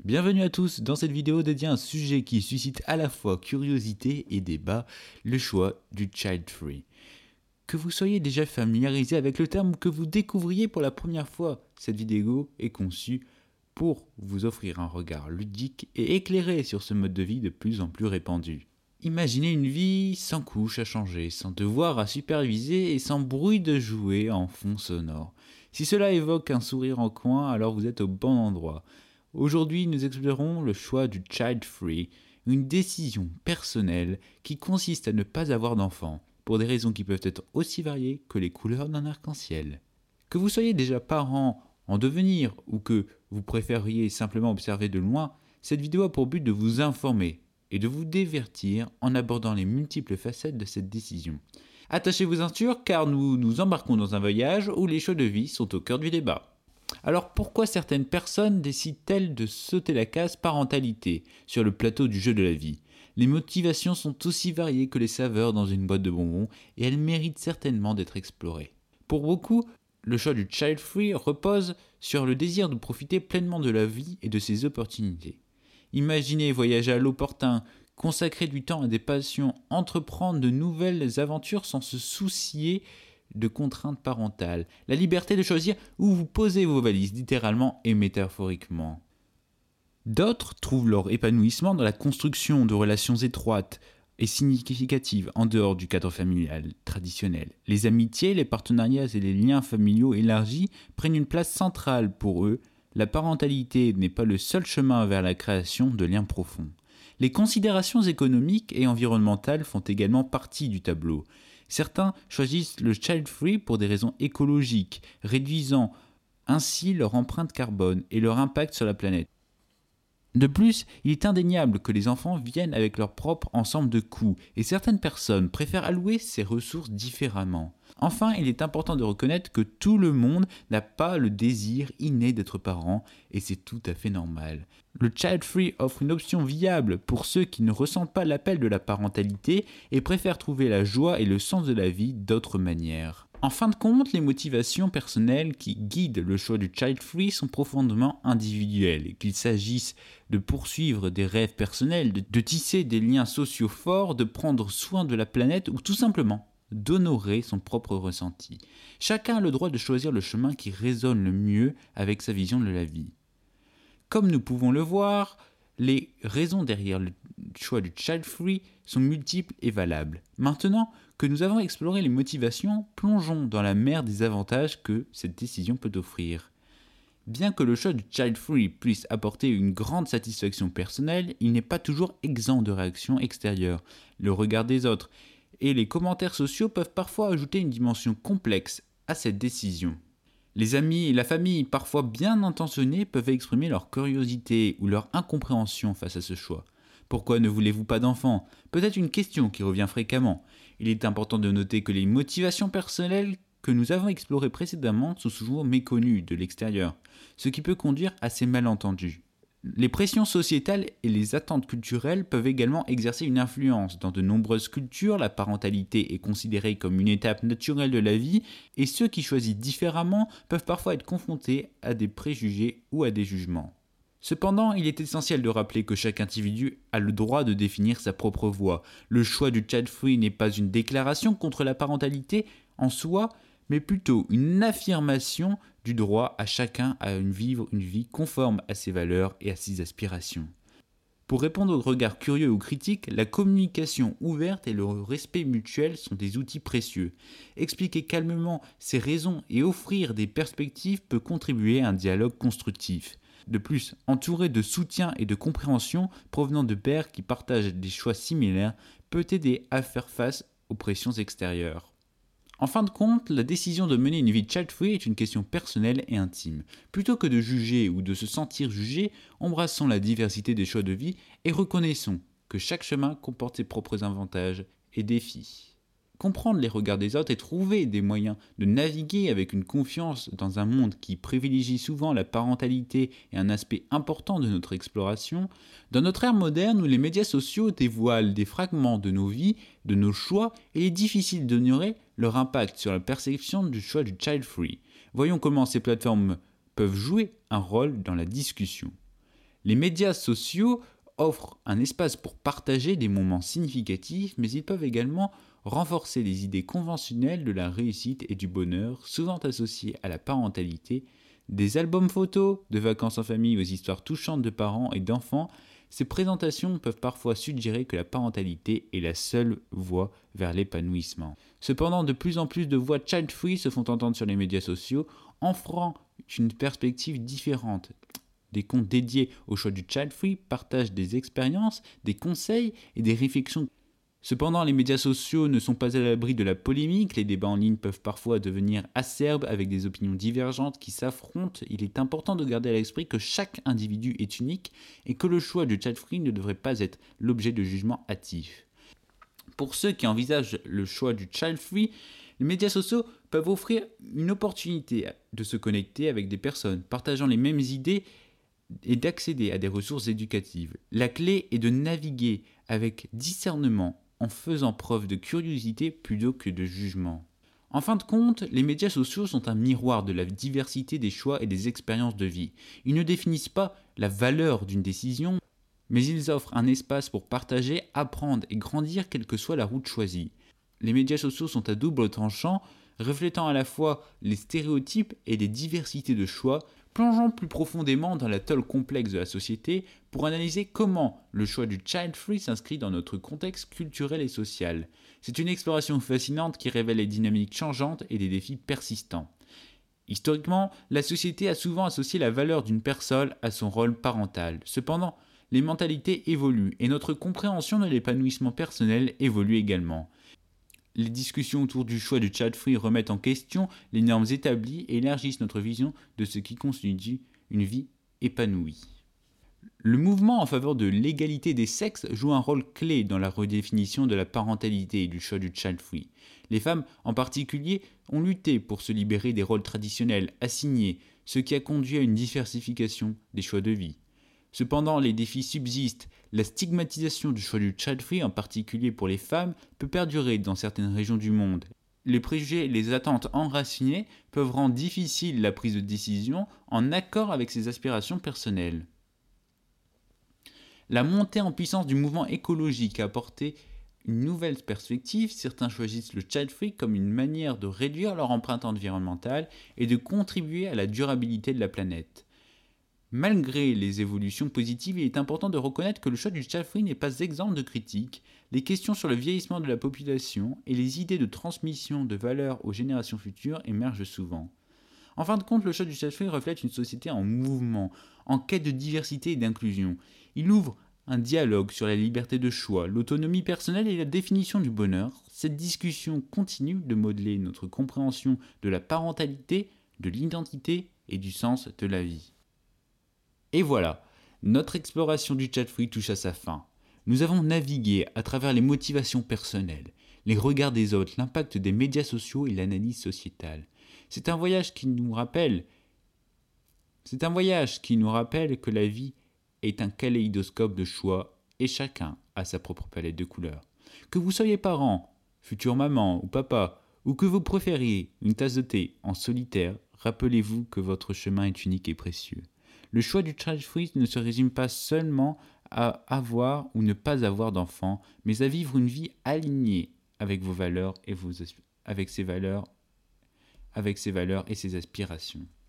Bienvenue à tous dans cette vidéo dédiée à un sujet qui suscite à la fois curiosité et débat, le choix du child free. Que vous soyez déjà familiarisé avec le terme ou que vous découvriez pour la première fois, cette vidéo est conçue pour vous offrir un regard ludique et éclairé sur ce mode de vie de plus en plus répandu. Imaginez une vie sans couche à changer, sans devoir à superviser et sans bruit de jouets en fond sonore. Si cela évoque un sourire en coin, alors vous êtes au bon endroit. Aujourd'hui, nous explorerons le choix du child free, une décision personnelle qui consiste à ne pas avoir d'enfant, pour des raisons qui peuvent être aussi variées que les couleurs d'un arc-en-ciel. Que vous soyez déjà parent en devenir ou que vous préfériez simplement observer de loin, cette vidéo a pour but de vous informer et de vous divertir en abordant les multiples facettes de cette décision. Attachez vos ceintures car nous nous embarquons dans un voyage où les choix de vie sont au cœur du débat. Alors pourquoi certaines personnes décident-elles de sauter la case parentalité sur le plateau du jeu de la vie ? Les motivations sont aussi variées que les saveurs dans une boîte de bonbons et elles méritent certainement d'être explorées. Pour beaucoup, le choix du child free repose sur le désir de profiter pleinement de la vie et de ses opportunités. Imaginez voyager à l'opportun, consacrer du temps à des passions, entreprendre de nouvelles aventures sans se soucier de contraintes parentales, la liberté de choisir où vous posez vos valises, littéralement et métaphoriquement. D'autres trouvent leur épanouissement dans la construction de relations étroites et significatives en dehors du cadre familial traditionnel. Les amitiés, les partenariats et les liens familiaux élargis prennent une place centrale pour eux. La parentalité n'est pas le seul chemin vers la création de liens profonds. Les considérations économiques et environnementales font également partie du tableau. Certains choisissent le child free pour des raisons écologiques, réduisant ainsi leur empreinte carbone et leur impact sur la planète. De plus, il est indéniable que les enfants viennent avec leur propre ensemble de coûts et certaines personnes préfèrent allouer ces ressources différemment. Enfin, il est important de reconnaître que tout le monde n'a pas le désir inné d'être parent et c'est tout à fait normal. Le child free offre une option viable pour ceux qui ne ressentent pas l'appel de la parentalité et préfèrent trouver la joie et le sens de la vie d'autres manières. En fin de compte, les motivations personnelles qui guident le choix du child free sont profondément individuelles, qu'il s'agisse de poursuivre des rêves personnels, de tisser des liens sociaux forts, de prendre soin de la planète ou tout simplement d'honorer son propre ressenti. Chacun a le droit de choisir le chemin qui résonne le mieux avec sa vision de la vie. Comme nous pouvons le voir, les raisons derrière le choix du child free sont multiples et valables. Maintenant que nous avons exploré les motivations, plongeons dans la mer des avantages que cette décision peut offrir. Bien que le choix du child free puisse apporter une grande satisfaction personnelle, il n'est pas toujours exempt de réactions extérieures. Le regard des autres et les commentaires sociaux peuvent parfois ajouter une dimension complexe à cette décision. Les amis et la famille, parfois bien intentionnés, peuvent exprimer leur curiosité ou leur incompréhension face à ce choix. Pourquoi ne voulez-vous pas d'enfants ? Peut-être une question qui revient fréquemment. Il est important de noter que les motivations personnelles que nous avons explorées précédemment sont souvent méconnues de l'extérieur, ce qui peut conduire à ces malentendus. Les pressions sociétales et les attentes culturelles peuvent également exercer une influence. Dans de nombreuses cultures, la parentalité est considérée comme une étape naturelle de la vie et ceux qui choisissent différemment peuvent parfois être confrontés à des préjugés ou à des jugements. Cependant, il est essentiel de rappeler que chaque individu a le droit de définir sa propre voie. Le choix du child free n'est pas une déclaration contre la parentalité en soi, mais plutôt une affirmation du droit à chacun à vivre une vie conforme à ses valeurs et à ses aspirations. Pour répondre aux regards curieux ou critiques, la communication ouverte et le respect mutuel sont des outils précieux. Expliquer calmement ses raisons et offrir des perspectives peut contribuer à un dialogue constructif. De plus, entouré de soutien et de compréhension provenant de pairs qui partagent des choix similaires peut aider à faire face aux pressions extérieures. En fin de compte, la décision de mener une vie child-free est une question personnelle et intime. Plutôt que de juger ou de se sentir jugé, embrassons la diversité des choix de vie et reconnaissons que chaque chemin comporte ses propres avantages et défis. Comprendre les regards des autres et trouver des moyens de naviguer avec une confiance dans un monde qui privilégie souvent la parentalité est un aspect important de notre exploration. Dans notre ère moderne où les médias sociaux dévoilent des fragments de nos vies, de nos choix, il est difficile d'ignorer leur impact sur la perception du choix du child free. Voyons comment ces plateformes peuvent jouer un rôle dans la discussion. Les médias sociaux offrent un espace pour partager des moments significatifs, mais ils peuvent également renforcer les idées conventionnelles de la réussite et du bonheur, souvent associées à la parentalité. Des albums photos de vacances en famille aux histoires touchantes de parents et d'enfants, ces présentations peuvent parfois suggérer que la parentalité est la seule voie vers l'épanouissement. Cependant, de plus en plus de voix child-free se font entendre sur les médias sociaux, offrant une perspective différente. Des comptes dédiés au choix du child-free partagent des expériences, des conseils et des réflexions. Cependant, les médias sociaux ne sont pas à l'abri de la polémique, les débats en ligne peuvent parfois devenir acerbes avec des opinions divergentes qui s'affrontent. Il est important de garder à l'esprit que chaque individu est unique et que le choix du child-free ne devrait pas être l'objet de jugements hâtifs. Pour ceux qui envisagent le choix du child-free, les médias sociaux peuvent offrir une opportunité de se connecter avec des personnes partageant les mêmes idées et d'accéder à des ressources éducatives. La clé est de naviguer avec discernement en faisant preuve de curiosité plutôt que de jugement. En fin de compte, les médias sociaux sont un miroir de la diversité des choix et des expériences de vie. Ils ne définissent pas la valeur d'une décision, mais ils offrent un espace pour partager, apprendre et grandir quelle que soit la route choisie. Les médias sociaux sont à double tranchant, reflétant à la fois les stéréotypes et les diversités de choix, plongeons plus profondément dans l'atoll complexe de la société pour analyser comment le choix du child-free s'inscrit dans notre contexte culturel et social. C'est une exploration fascinante qui révèle les dynamiques changeantes et des défis persistants. Historiquement, la société a souvent associé la valeur d'une personne à son rôle parental. Cependant, les mentalités évoluent et notre compréhension de l'épanouissement personnel évolue également. Les discussions autour du choix du child-free remettent en question les normes établies et élargissent notre vision de ce qui constitue une vie épanouie. Le mouvement en faveur de l'égalité des sexes joue un rôle clé dans la redéfinition de la parentalité et du choix du child-free. Les femmes, en particulier, ont lutté pour se libérer des rôles traditionnels assignés, ce qui a conduit à une diversification des choix de vie. Cependant, les défis subsistent. La stigmatisation du choix du child-free, en particulier pour les femmes, peut perdurer dans certaines régions du monde. Les préjugés et les attentes enracinées peuvent rendre difficile la prise de décision en accord avec ses aspirations personnelles. La montée en puissance du mouvement écologique a apporté une nouvelle perspective. Certains choisissent le child-free comme une manière de réduire leur empreinte environnementale et de contribuer à la durabilité de la planète. Malgré les évolutions positives, il est important de reconnaître que le choix du child-free n'est pas exempt de critiques. Les questions sur le vieillissement de la population et les idées de transmission de valeurs aux générations futures émergent souvent. En fin de compte, le choix du child-free reflète une société en mouvement, en quête de diversité et d'inclusion. Il ouvre un dialogue sur la liberté de choix, l'autonomie personnelle et la définition du bonheur. Cette discussion continue de modeler notre compréhension de la parentalité, de l'identité et du sens de la vie. Et voilà, notre exploration du child-free touche à sa fin. Nous avons navigué à travers les motivations personnelles, les regards des autres, l'impact des médias sociaux et l'analyse sociétale. C'est un voyage qui nous rappelle que la vie est un kaléidoscope de choix et chacun a sa propre palette de couleurs. Que vous soyez parent, future maman ou papa, ou que vous préfériez une tasse de thé en solitaire, rappelez-vous que votre chemin est unique et précieux. Le choix du child-free ne se résume pas seulement à avoir ou ne pas avoir d'enfants, mais à vivre une vie alignée avec vos valeurs et ses valeurs et ses aspirations.